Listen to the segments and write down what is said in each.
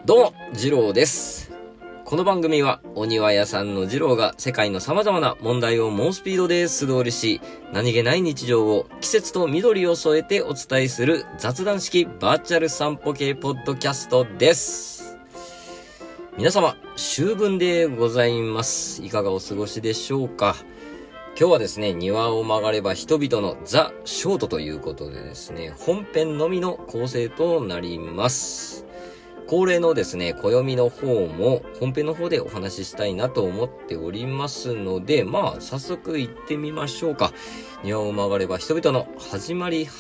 どうも、二郎です。この番組は、お庭屋さんの二郎が世界の様々な問題を猛スピードで素通りし、何気ない日常を季節と緑を添えてお伝えする雑談式バーチャル散歩系ポッドキャストです。皆様、秋分でございます。いかがお過ごしでしょうか。今日はですね、庭を曲がれば人々のザ・ショートということでですね、本編のみの構成となります。恒例のですね、暦の方も本編の方でお話ししたいなと思っておりますので、早速行ってみましょうか。庭を曲がれば人々の始まり。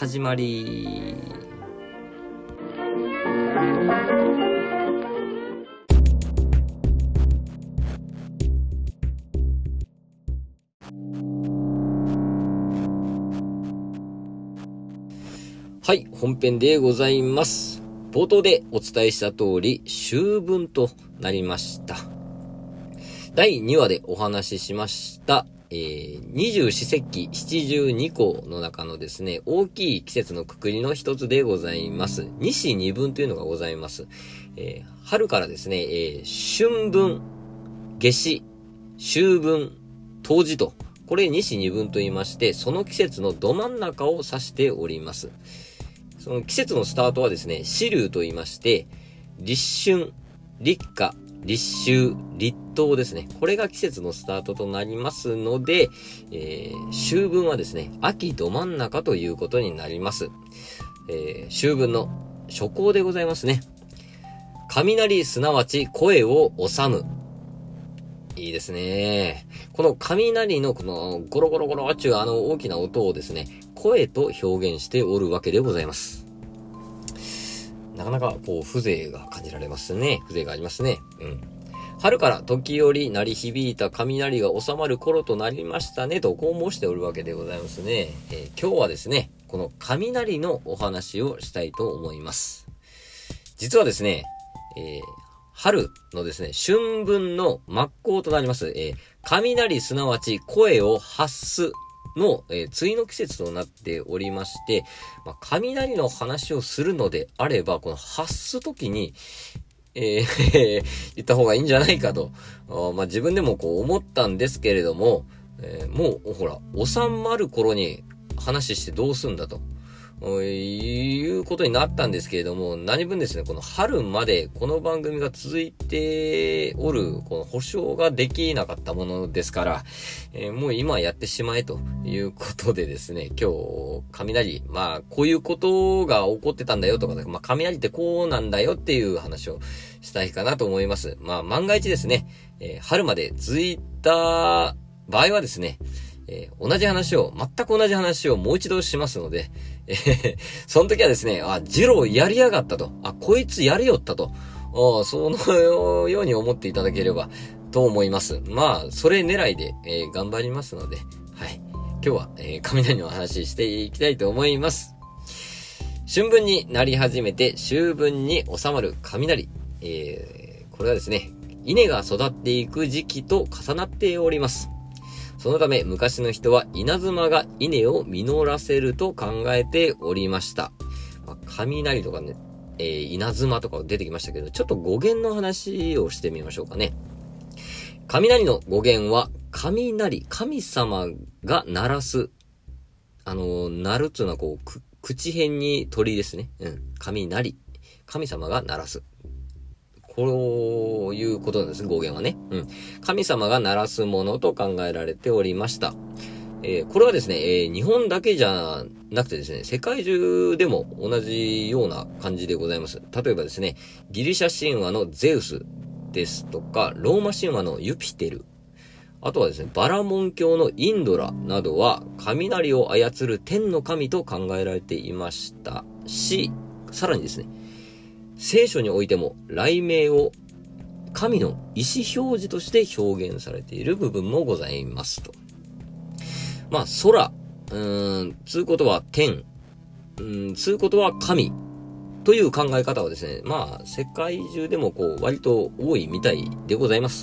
はい、本編でございます。冒頭でお伝えした通り、秋分となりました。第2話でお話ししました、二十四節気七十二候の中のですね、大きい季節のくくりの一つでございます。二四二分というのがございます。春からですね、春分、夏至、秋分、冬至と、これ二四二分と言いまして、その季節のど真ん中を指しております。その季節のスタートはですね、四流と言いまして、立春、立夏、立秋、立冬ですね。これが季節のスタートとなりますので、秋分はですね、秋ど真ん中ということになります。秋分の初候でございますね。雷すなわち声を収む。いいですね。この雷のこのゴロゴロゴロっていう大きな音をですね、声と表現しておるわけでございます。なかなか風情が感じられますね。風情がありますね。春から時折鳴り響いた雷が収まる頃となりましたねとこう申しておるわけでございますね。今日はですね、この雷のお話をしたいと思います。実はですね、春のですね、春分の真っ向となります、雷すなわち声を発すの、梅雨の季節となっておりまして、雷の話をするのであれば、この発すときに、言った方がいいんじゃないかと、自分でも思ったんですけれども、もうほら、収まる頃に話してどうすんだと。いうことになったんですけれども、何分ですね、この春までこの番組が続いておる、この保証ができなかったものですから、もう今やってしまえということでですね、今日、雷、こういうことが起こってたんだよとか、雷ってこうなんだよっていう話をしたいかなと思います。万が一ですね、春まで続いた場合はですね、全く同じ話をもう一度しますので、その時はですね、ジローやりやがったと。こいつやりよったと。そのように思っていただければと思います。それ狙いで、頑張りますので、はい。今日は、雷の話していきたいと思います。春分になり始めて、秋分に収まる雷。これはですね、稲が育っていく時期と重なっております。そのため昔の人は稲妻が稲を実らせると考えておりました。雷とかね、稲妻とか出てきましたけど、ちょっと語源の話をしてみましょうかね。雷の語源は、神様が鳴らす。鳴るっていうのは口辺に鳥ですね。雷。神様が鳴らす。こういうことなんです、語源はね。神様が鳴らすものと考えられておりました。これはですね、日本だけじゃなくてですね、世界中でも同じような感じでございます。例えばですね、ギリシャ神話のゼウスですとか、ローマ神話のユピテル、あとはですね、バラモン教のインドラなどは、雷を操る天の神と考えられていましたし、さらにですね、聖書においても雷鳴を神の意思表示として表現されている部分もございますと。空、つうことは天、つうことは神という考え方はですね、世界中でも割と多いみたいでございます。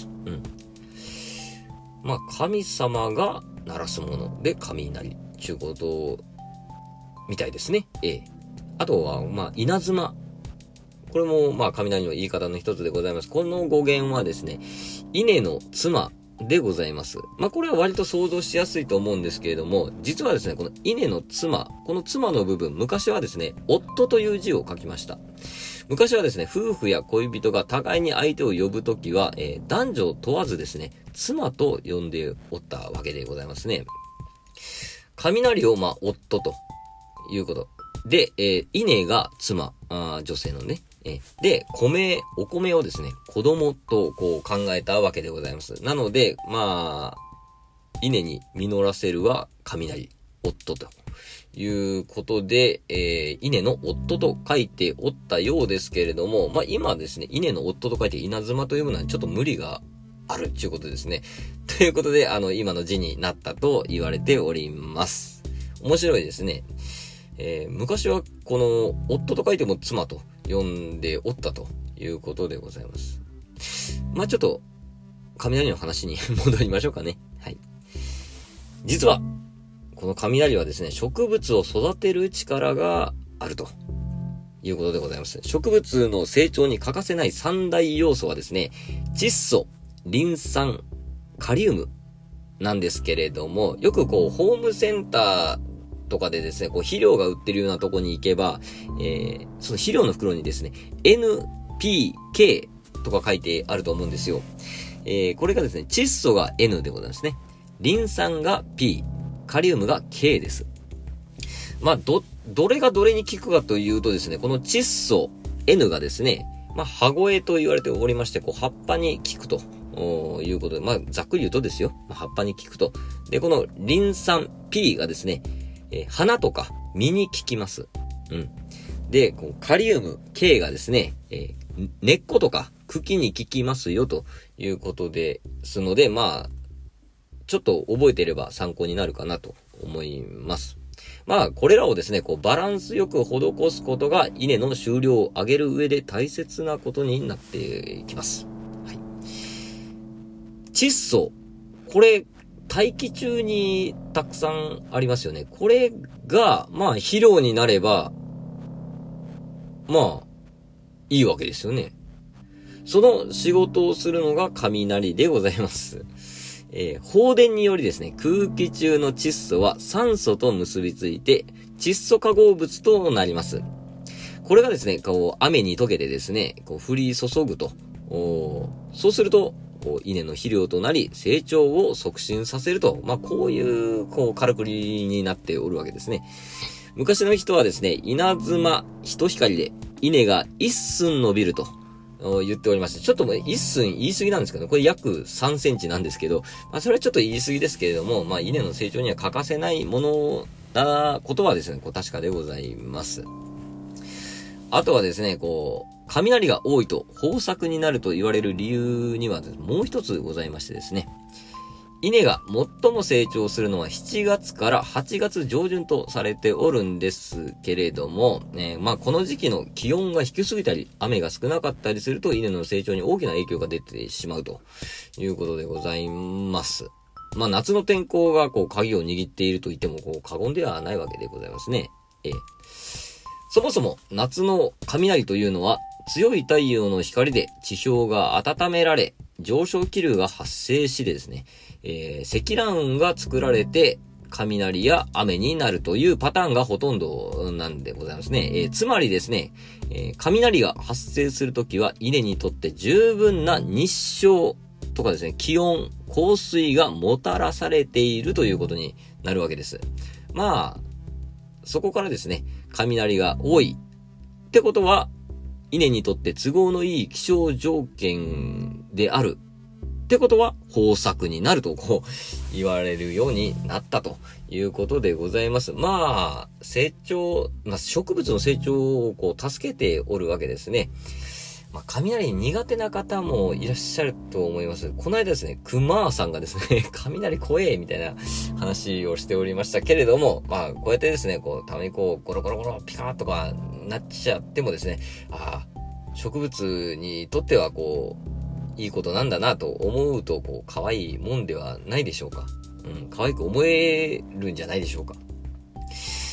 神様が鳴らすもので雷ちゅうことみたいですね。あとは稲妻。 これも、雷の言い方の一つでございます。この語源はですね、稲の妻でございます。これは割と想像しやすいと思うんですけれども、実はですね、この稲の妻、この妻の部分、昔はですね、夫という字を書きました。昔はですね、夫婦や恋人が互いに相手を呼ぶときは、男女問わずですね、妻と呼んでおったわけでございますね。雷を夫ということ。で、稲が妻、女性のね。で、お米をですね、子供とこう考えたわけでございます。なので、稲に実らせるは雷、夫ということで、稲の夫と書いておったようですけれども、今ですね、稲の夫と書いて稲妻というものはちょっと無理があるということですね。ということで、今の字になったと言われております。面白いですね。昔はこの夫と書いても妻と呼んでおったということでございます。ちょっと雷の話に戻りましょうかね。はい。実はこの雷はですね、植物を育てる力があるということでございます。植物の成長に欠かせない三大要素はですね、窒素、リン酸、カリウムなんですけれども、よくホームセンターとかでですね、肥料が売ってるようなとこに行けば、その肥料の袋にですね、NPK とか書いてあると思うんですよ。これがですね、窒素が N でございますね。リン酸が P、カリウムが K です。どれがどれに効くかというとですね、この窒素 N がですね、葉肥えと言われておりまして、葉っぱに効くということで、ざっくり言うとですよ、葉っぱに効くと。で、このリン酸 P がですね、花とか実に効きます。で、カリウム K がですね、根っことか茎に効きますよということですので、ちょっと覚えていれば参考になるかなと思います。これらをですね、バランスよく施すことが稲の収量を上げる上で大切なことになってきます。はい。窒素。これ、大気中にたくさんありますよね。これが、肥料になれば、いいわけですよね。その仕事をするのが雷でございます。放電によりですね、空気中の窒素は酸素と結びついて、窒素化合物となります。これがですね、雨に溶けてですね、降り注ぐと。そうすると、稲の肥料となり、成長を促進させると。こういう、からくりになっておるわけですね。昔の人はですね、稲妻一光で、稲が一寸伸びると言っておりまして、ちょっと一寸言い過ぎなんですけど、これ約3センチなんですけど、それはちょっと言い過ぎですけれども、稲の成長には欠かせないものだことはですね、確かでございます。あとはですね、雷が多いと豊作になると言われる理由には、もう一つございましてですね。稲が最も成長するのは7月から8月上旬とされておるんですけれども、この時期の気温が低すぎたり、雨が少なかったりすると稲の成長に大きな影響が出てしまうということでございます。夏の天候が鍵を握っていると言っても過言ではないわけでございますね。そもそも夏の雷というのは強い太陽の光で地表が温められ、上昇気流が発生しですね、積乱雲が作られて雷や雨になるというパターンがほとんどなんでございますね。つまりですね、雷が発生するときは稲にとって十分な日照とかですね、気温、降水がもたらされているということになるわけです。そこからですね、雷が多いってことは、稲にとって都合のいい気象条件であるってことは豊作になると言われるようになったということでございます。成長、植物の成長を助けておるわけですね。雷苦手な方もいらっしゃると思います。この間ですね、熊さんがですね、雷怖えみたいな話をしておりましたけれども、こうやってですね、たまにゴロゴロゴロピカーとかなっちゃってもですね、植物にとってはいいことなんだなと思うと、可愛いもんではないでしょうか。可愛く思えるんじゃないでしょうか。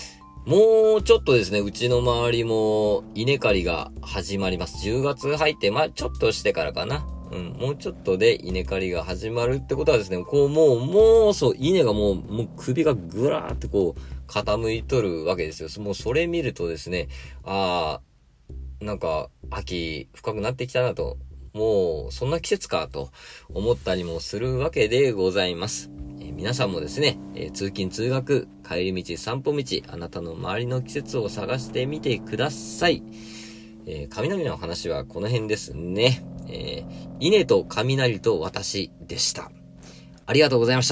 もうちょっとですね、うちの周りも稲刈りが始まります。10月入って、ちょっとしてからかな。もうちょっとで稲刈りが始まるってことはですね、そう、稲がもう首がぐらーって傾いとるわけですよ。もうそれ見るとですね、なんか、秋深くなってきたなと、もうそんな季節かと思ったりもするわけでございます。皆さんもですね、通勤通学、帰り道、散歩道、あなたの周りの季節を探してみてください。雷の話はこの辺ですね。稲と雷と私でした。ありがとうございました。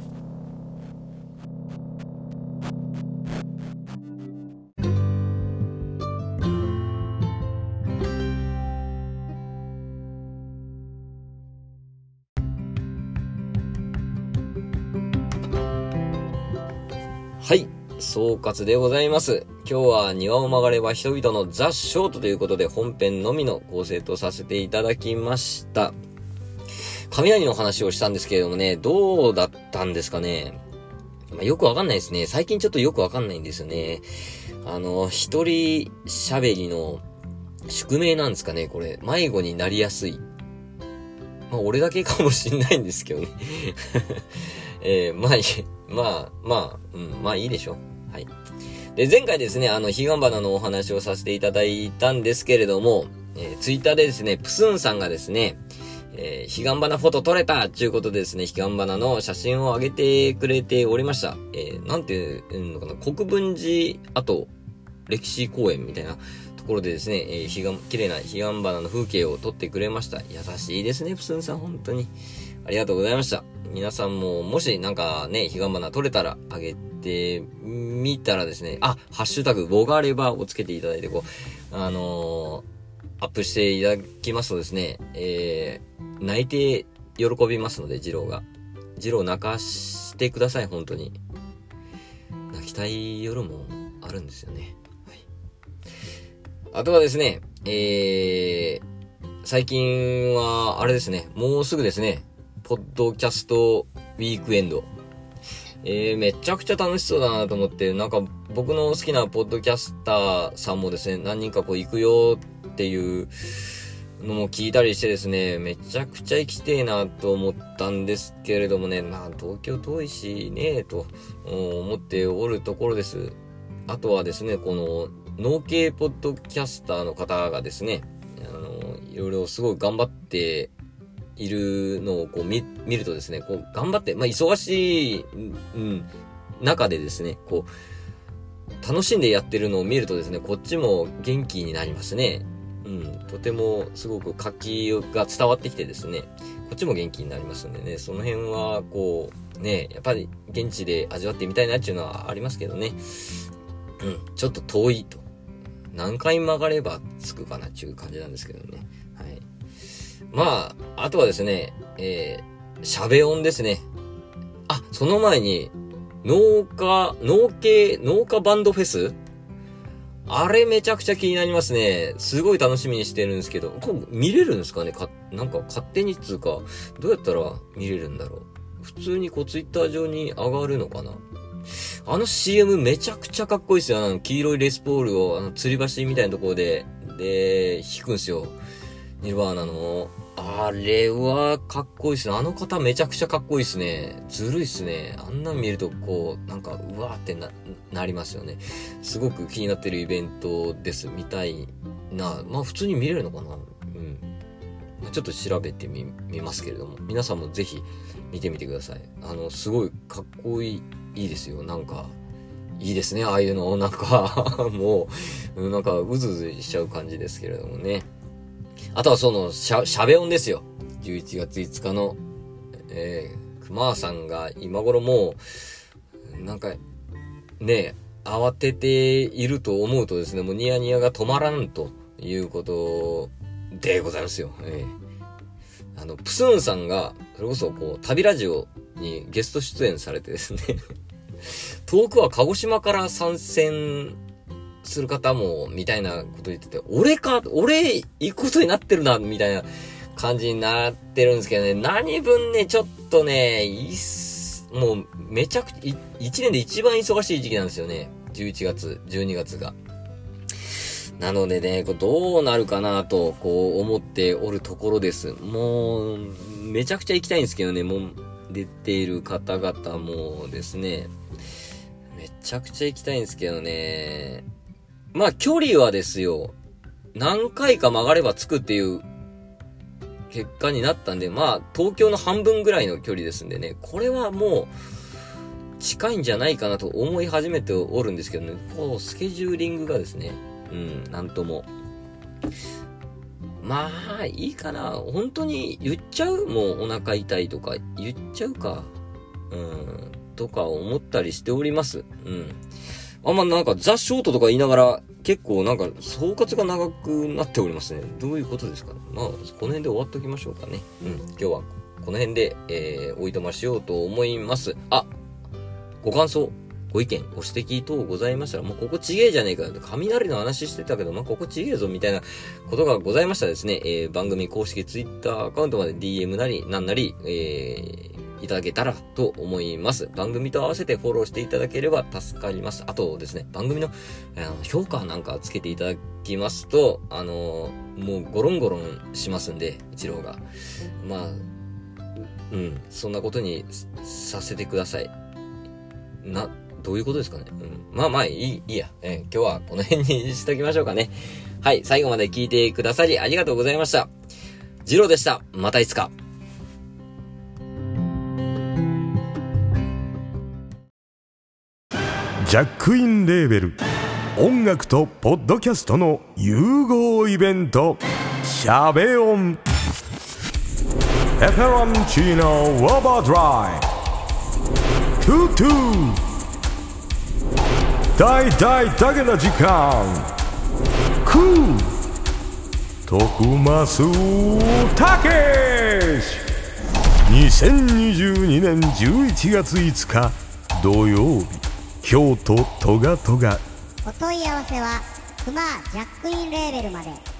はい。総括でございます。今日は庭を曲がれば人々のザ・ショートということで本編のみの構成とさせていただきました。雷の話をしたんですけれどもね、どうだったんですかね。よくわかんないですね。最近ちょっとよくわかんないんですよね。一人喋りの宿命なんですかね、これ。迷子になりやすい。俺だけかもしんないんですけどね。いいでしょ。はい。で、前回ですね、彼岸花のお話をさせていただいたんですけれども、ツイッターでですね、プスンさんがですね、彼岸花フォト撮れたということでですね、彼岸花の写真を上げてくれておりました。なんていうのかな、国分寺跡歴史公園みたいなところでですね、綺麗な彼岸花の風景を撮ってくれました。優しいですね、プスンさん、本当に。ありがとうございました。皆さんも、もしなんかね、彼岸花撮れたら上げてみたらですね、ハッシュタグ、ボガレバをつけていただいて、アップしていただきますとですね、泣いて喜びますので、ジロー泣かしてください、本当に。泣きたい夜もあるんですよね。はい。あとはですね、最近は、あれですね、もうすぐですね、ポッドキャストウィークエンド。めちゃくちゃ楽しそうだなと思って、なんか僕の好きなポッドキャスターさんもですね、何人か行くよっていうのも聞いたりしてですね、めちゃくちゃ行きてえなと思ったんですけれどもね、東京遠いしねと思っておるところです。あとはですね、この農系ポッドキャスターの方がですね、いろいろすごい頑張っているのを見るとですね、頑張って、忙しい、中でですね、楽しんでやってるのを見るとですね、こっちも元気になりますね。とてもすごく活気が伝わってきてですね、こっちも元気になりますんでね、その辺はやっぱり現地で味わってみたいなっていうのはありますけどね。ちょっと遠いと。何回曲がれば着くかなっていう感じなんですけどね。はい。あとはですね、しゃべ音ですね。その前に、農家バンドフェスあれめちゃくちゃ気になりますね。すごい楽しみにしてるんですけど、見れるんですかねなんか勝手にどうやったら見れるんだろう。普通にツイッター上に上がるのかな。CM めちゃくちゃかっこいいですよ。黄色いレスポールを、吊り橋みたいなところで、弾くんですよ。ニルバーナの。あれはかっこいいですね。あの方めちゃくちゃかっこいいですね。ずるいっすね。あんなん見るとなんかうわーってなりますよね。すごく気になってるイベントです。みたいな。普通に見れるのかな。ちょっと調べてみますけれども。皆さんもぜひ見てみてください。すごいかっこいいですよ。なんか、いいですね。ああいうの。なんか、もう、なんかうずうずしちゃう感じですけれどもね。あとはしゃべ音ですよ。11月5日の、熊さんが今頃もう、なんか、ね、慌てていると思うとですね、もうニヤニヤが止まらんということでございますよ。プスーンさんが、それこそ旅ラジオにゲスト出演されてですね、遠くは鹿児島から参戦する方も、みたいなこと言ってて、俺行くことになってるな、みたいな感じになってるんですけどね、何分ね、ちょっとね、もうめちゃくちゃ、一年で一番忙しい時期なんですよね。 11月、12月が。なのでね、どうなるかなと、思っておるところです。もう、めちゃくちゃ行きたいんですけどね、もう、出ている方々もですね、めちゃくちゃ行きたいんですけどね、まあ、距離はですよ、何回か曲がれば着くっていう結果になったんで、まあ、東京の半分ぐらいの距離ですんでね、これはもう、近いんじゃないかなと思い始めておるんですけどね、スケジューリングがですね、なんとも。まあ、いいかな。本当に言っちゃう？もうお腹痛いとか言っちゃうか。とか思ったりしております。なんかザ・ショートとか言いながら、結構なんか総括が長くなっておりますね。どういうことですかね。まあ、この辺で終わっておきましょうかね。今日はこの辺で、おいとましようと思います。ご感想。ご意見、ご指摘等ございましたら、もうここちげえじゃねえかよ。雷の話してたけど、ここちげえぞ、みたいなことがございましたらですね、番組公式ツイッターアカウントまで DM なり、なんなり、いただけたらと思います。番組と合わせてフォローしていただければ助かります。あとですね、番組の、評価なんかつけていただきますと、もうゴロンゴロンしますんで、一郎が。そんなことにさせてください。どういうことですかね。いいや。今日はこの辺にしときましょうかね。はい、最後まで聞いてくださりありがとうございました。ジローでした。またいつか。 ジャックインレーベル音楽とポッドキャストの融合イベントシャベオンペペロンチーノウォーバードライトゥトゥ大大だけな時間クー徳増たけし2022年11月5日土曜日京都トガトガお問い合わせはクマジャックインレーベルまで。